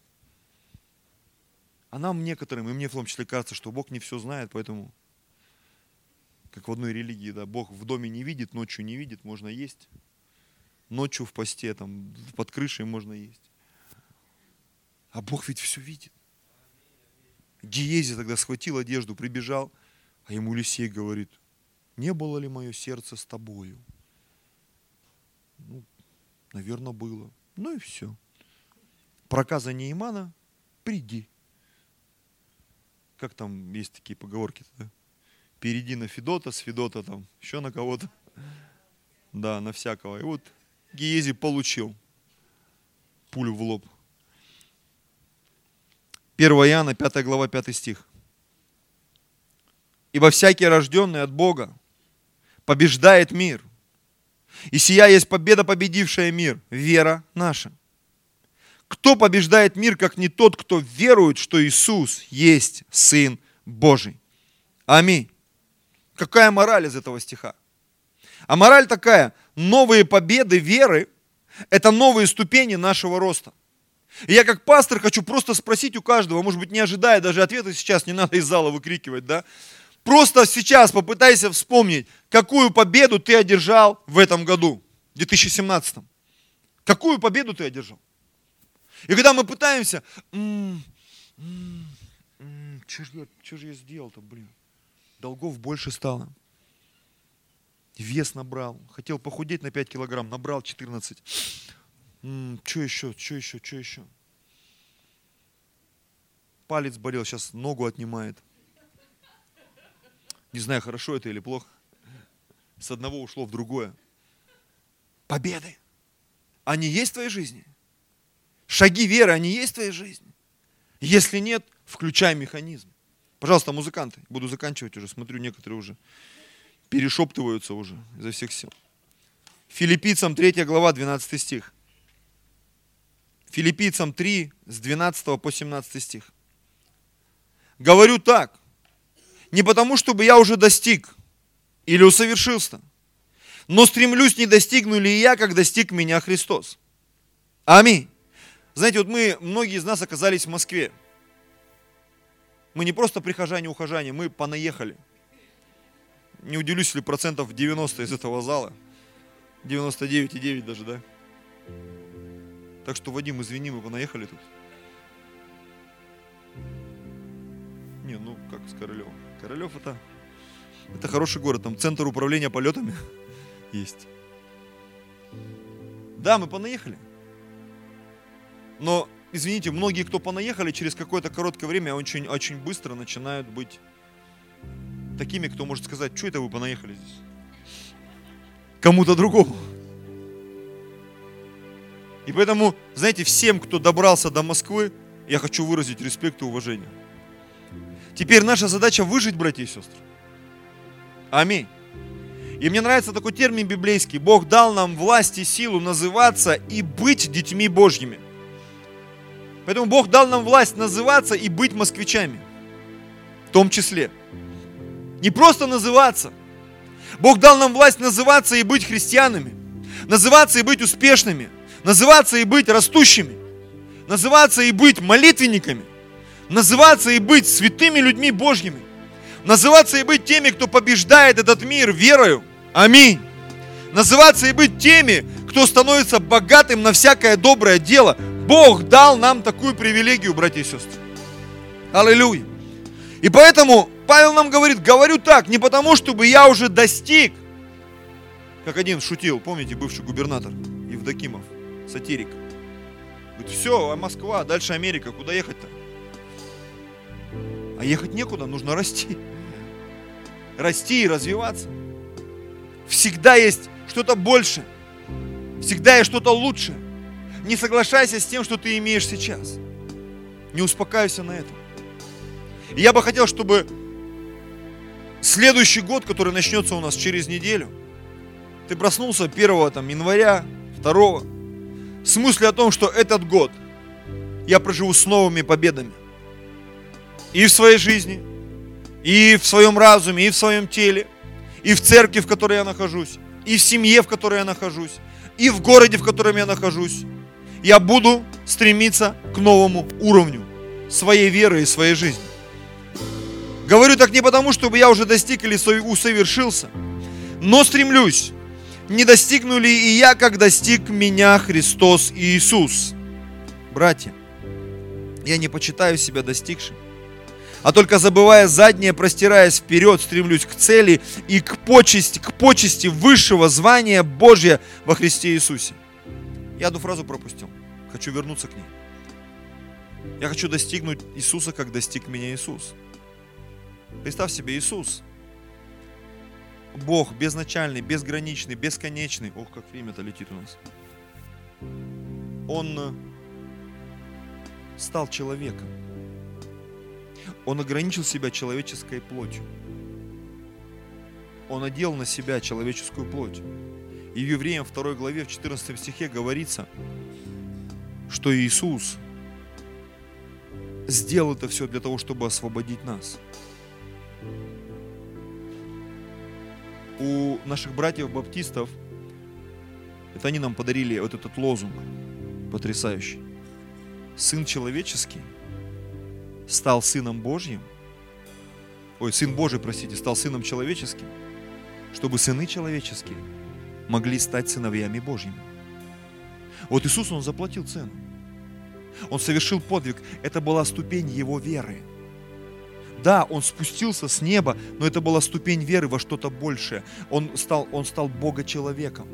А нам некоторым, и мне в том числе кажется, что Бог не все знает, поэтому, как в одной религии, да, Бог в доме не видит, ночью не видит, можно есть. Ночью в посте, там, под крышей можно есть. А Бог ведь все видит. Гиези тогда схватил одежду, прибежал, а ему Елисей говорит, не было ли мое сердце с тобою? Ну, наверное, было. Ну и все. Проказа Неймана, приди. Как там есть такие поговорки-то, да? Перейди на Федота, с Федота там, еще на кого-то. Да, на всякого. И вот Гиези получил пулю в лоб. первое Иоанна, пятая глава, пятый стих. «Ибо всякий, рожденный от Бога, побеждает мир. И сия есть победа, победившая мир, вера наша. Кто побеждает мир, как не тот, кто верует, что Иисус есть Сын Божий?» Аминь. Какая мораль из этого стиха? А мораль такая: новые победы веры – это новые ступени нашего роста. И я как пастор хочу просто спросить у каждого, может быть, не ожидая даже ответа сейчас, не надо из зала выкрикивать, да? Просто сейчас попытайся вспомнить, какую победу ты одержал в этом году, в две тысячи семнадцатом. Какую победу ты одержал? И когда мы пытаемся, м-м, м-м, что же я, что же я сделал-то, блин? Долгов больше стало. Вес набрал. Хотел похудеть на пять килограмм, набрал четырнадцать. М-м, что еще, что еще, что еще? Палец болел, сейчас ногу отнимает. Не знаю, хорошо это или плохо. С одного ушло в другое. Победы. Они есть в твоей жизни? Шаги веры, они есть в твоей жизни? Если нет, включай механизм. Пожалуйста, музыканты, буду заканчивать уже, смотрю, некоторые уже перешептываются уже изо всех сил. Филиппийцам третья глава, двенадцатый стих. Филиппийцам три, с двенадцатого по семнадцатый стих. Говорю так, не потому, чтобы я уже достиг или усовершился, но стремлюсь, не достигну ли я, как достиг меня Христос. Аминь. Знаете, вот мы, многие из нас оказались в Москве. Мы не просто прихожане-ухожане, мы понаехали. Не удивлюсь, если процентов девяносто из этого зала. девяносто девять и девять даже, да? Так что, Вадим, извини, мы понаехали тут. Не, ну как с Королевым? Королев это, это хороший город, там центр управления полетами есть. Да, мы понаехали. Но, извините, многие, кто понаехали, через какое-то короткое время очень, очень быстро начинают быть такими, кто может сказать, что это вы понаехали здесь? Кому-то другому. И поэтому, знаете, всем, кто добрался до Москвы, я хочу выразить респект и уважение. Теперь наша задача выжить, братья и сестры. Аминь. И мне нравится такой термин библейский. Бог дал нам власть и силу называться и быть детьми Божьими. Поэтому Бог дал нам власть называться и быть москвичами. В том числе. Не просто называться. Бог дал нам власть называться и быть христианами. Называться и быть успешными. Называться и быть растущими. Называться и быть молитвенниками. Называться и быть святыми людьми Божьими. Называться и быть теми, кто побеждает этот мир верою. Аминь. Называться и быть теми, кто становится богатым на всякое доброе дело. Бог дал нам такую привилегию, братья и сестры. Аллилуйя. И поэтому Павел нам говорит, говорю так, не потому, чтобы я уже достиг, как один шутил, помните, бывший губернатор Евдокимов, сатирик. Говорит, все, а Москва, дальше Америка, куда ехать-то? А ехать некуда, нужно расти. Расти и развиваться. Всегда есть что-то больше. Всегда есть что-то лучше. Не соглашайся с тем, что ты имеешь сейчас. Не успокаивайся на этом. И я бы хотел, чтобы следующий год, который начнется у нас через неделю, ты проснулся первого там, января, второго, с мыслью о том, что этот год я проживу с новыми победами. И в своей жизни, и в своем разуме, и в своем теле, и в церкви, в которой я нахожусь, и в семье, в которой я нахожусь, и в городе, в котором я нахожусь. Я буду стремиться к новому уровню своей веры и своей жизни. Говорю так не потому, чтобы я уже достиг или усовершился, но стремлюсь, не достигну ли и я, как достиг меня Христос Иисус. Братья, я не почитаю себя достигшим, а только забывая заднее, простираясь вперед, стремлюсь к цели и к почести, к почести высшего звания Божия во Христе Иисусе. Я одну фразу пропустил. Хочу вернуться к ней. Я хочу достигнуть Иисуса, как достиг меня Иисус. Представь себе, Иисус, Бог безначальный, безграничный, бесконечный. Ох, как время-то летит у нас. Он стал человеком. Он ограничил себя человеческой плотью. Он одел на себя человеческую плоть. И в Евреям второй главе, в четырнадцатом стихе говорится, что Иисус сделал это все для того, чтобы освободить нас. У наших братьев-баптистов, это они нам подарили вот этот лозунг потрясающий. Сын человеческий стал Сыном Божьим, ой, Сын Божий, простите, стал Сыном человеческим, чтобы сыны человеческие могли стать сыновьями Божьими. Вот Иисус, Он заплатил цену. Он совершил подвиг. Это была ступень Его веры. Да, Он спустился с неба, но это была ступень веры во что-то большее. Он стал, он стал Бога-человеком.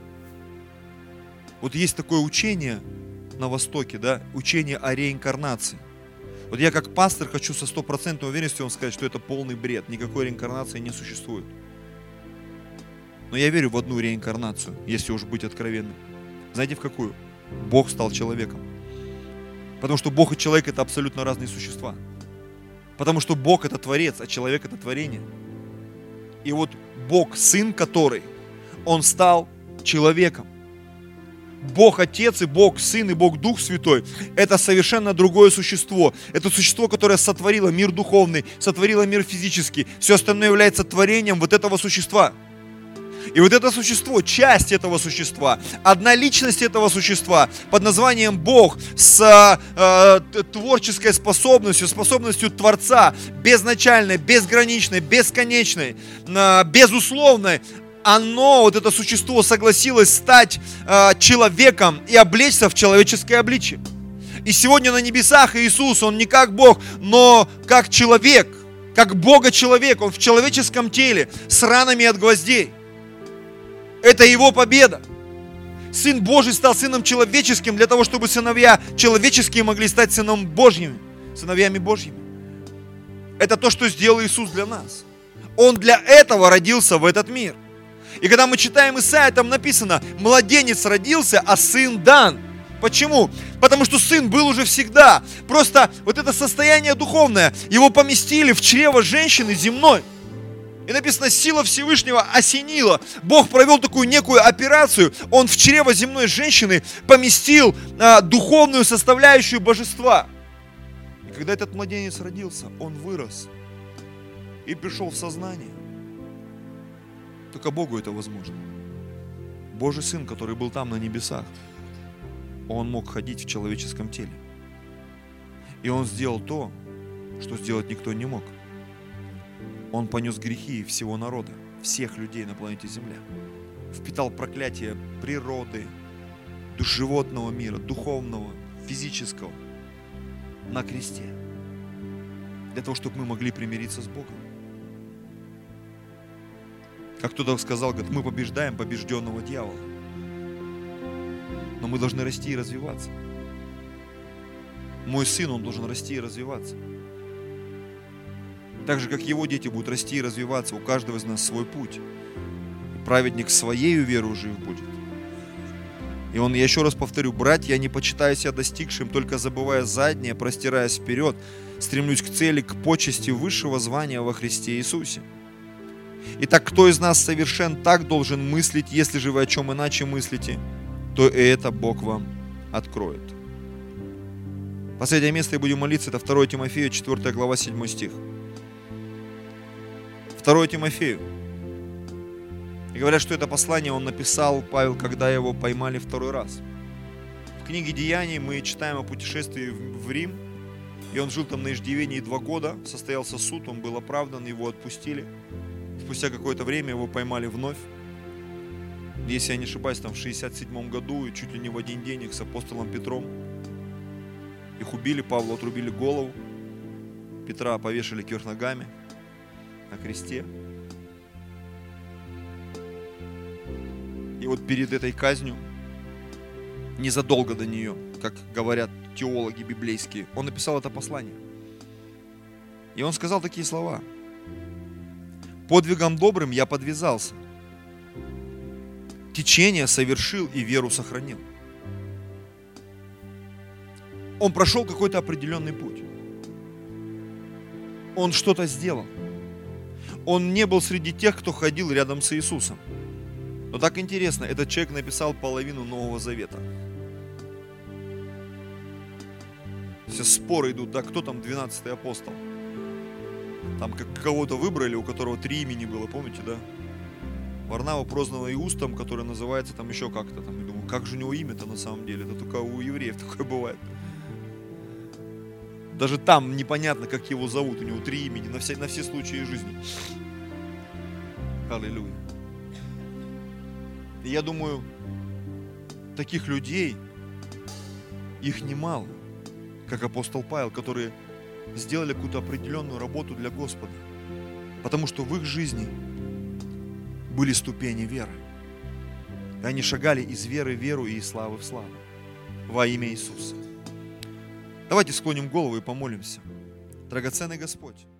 Вот есть такое учение на Востоке, да, учение о реинкарнации. Вот я как пастор хочу со стопроцентной уверенностью вам сказать, что это полный бред. Никакой реинкарнации не существует. Но я верю в одну реинкарнацию, если уж быть откровенным. Знаете в какую? Бог стал человеком. Потому что Бог и человек это абсолютно разные существа. Потому что Бог это Творец, а человек это творение. И вот Бог, Сын который, Он стал человеком. Бог Отец и Бог Сын и Бог Дух Святой – это совершенно другое существо. Это существо, которое сотворило мир духовный, сотворило мир физический. Все остальное является творением вот этого существа. И вот это существо, часть этого существа, одна личность этого существа под названием Бог с э, творческой способностью, способностью Творца, безначальной, безграничной, бесконечной, э, безусловной, оно, вот это существо, согласилось стать э, человеком и облечься в человеческое обличие. И сегодня на небесах Иисус, Он не как Бог, но как человек, как Бога-человек, Он в человеческом теле с ранами от гвоздей. Это Его победа. Сын Божий стал Сыном человеческим для того, чтобы сыновья человеческие могли стать Сыном Божьими, сыновьями Божьими. Это то, что сделал Иисус для нас. Он для этого родился в этот мир. И когда мы читаем Исаия, там написано: младенец родился, а сын дан. Почему? Потому что сын был уже всегда. Просто вот это состояние духовное, его поместили в чрево женщины земной. И написано, сила Всевышнего осенила. Бог провел такую некую операцию. Он в чрево земной женщины поместил а, духовную составляющую божества. И когда этот младенец родился, он вырос и пришел в сознание. Только Богу это возможно. Божий Сын, который был там на небесах, Он мог ходить в человеческом теле. И Он сделал то, что сделать никто не мог. Он понес грехи всего народа, всех людей на планете Земля. Впитал проклятие природы, животного мира, духовного, физического на кресте. Для того, чтобы мы могли примириться с Богом. Как кто-то сказал, говорит, мы побеждаем побежденного дьявола. Но мы должны расти и развиваться. Мой сын, он должен расти и развиваться. Так же, как его дети будут расти и развиваться, у каждого из нас свой путь. Праведник своей верою жив будет. И он, я еще раз повторю, братья, я не почитаю себя достигшим, только забывая заднее, простираясь вперед, стремлюсь к цели, к почести высшего звания во Христе Иисусе. Итак, кто из нас совершен, так должен мыслить, если же вы о чем иначе мыслите, то и это Бог вам откроет. Последнее место, и будем молиться, это второе Тимофею, четвёртая глава, седьмой стих. второе Тимофею. И говорят, что это послание он написал, Павел, когда его поймали второй раз. В книге Деяний мы читаем о путешествии в Рим, и он жил там на иждивении два года, состоялся суд, он был оправдан, его отпустили. Спустя какое-то время его поймали вновь. Если я не ошибаюсь, там в шестьдесят седьмом году, и чуть ли не в один день их с апостолом Петром. Их убили, Павла отрубили голову, Петра повешали кверх ногами на кресте. И вот перед этой казнью, незадолго до нее, как говорят теологи библейские, он написал это послание. И он сказал такие слова: «Подвигом добрым я подвязался, течение совершил и веру сохранил». Он прошел какой-то определенный путь. Он что-то сделал. Он не был среди тех, кто ходил рядом с Иисусом. Но так интересно, этот человек написал половину Нового Завета. Все споры идут, да, кто там двенадцатый апостол? Там как кого-то выбрали, у которого три имени было, помните, да? Варнава, прозванного Иустом, который называется там еще как-то там. Я думаю, как же у него имя-то на самом деле? Это только у евреев такое бывает. Даже там непонятно, как его зовут. У него три имени на все, на все случаи жизни. Аллилуйя. И я думаю, таких людей, их немало, как апостол Павел, которые сделали какую-то определенную работу для Господа. Потому что в их жизни были ступени веры. И они шагали из веры в веру и из славы в славу. Во имя Иисуса. Давайте склоним голову и помолимся. Драгоценный Господь.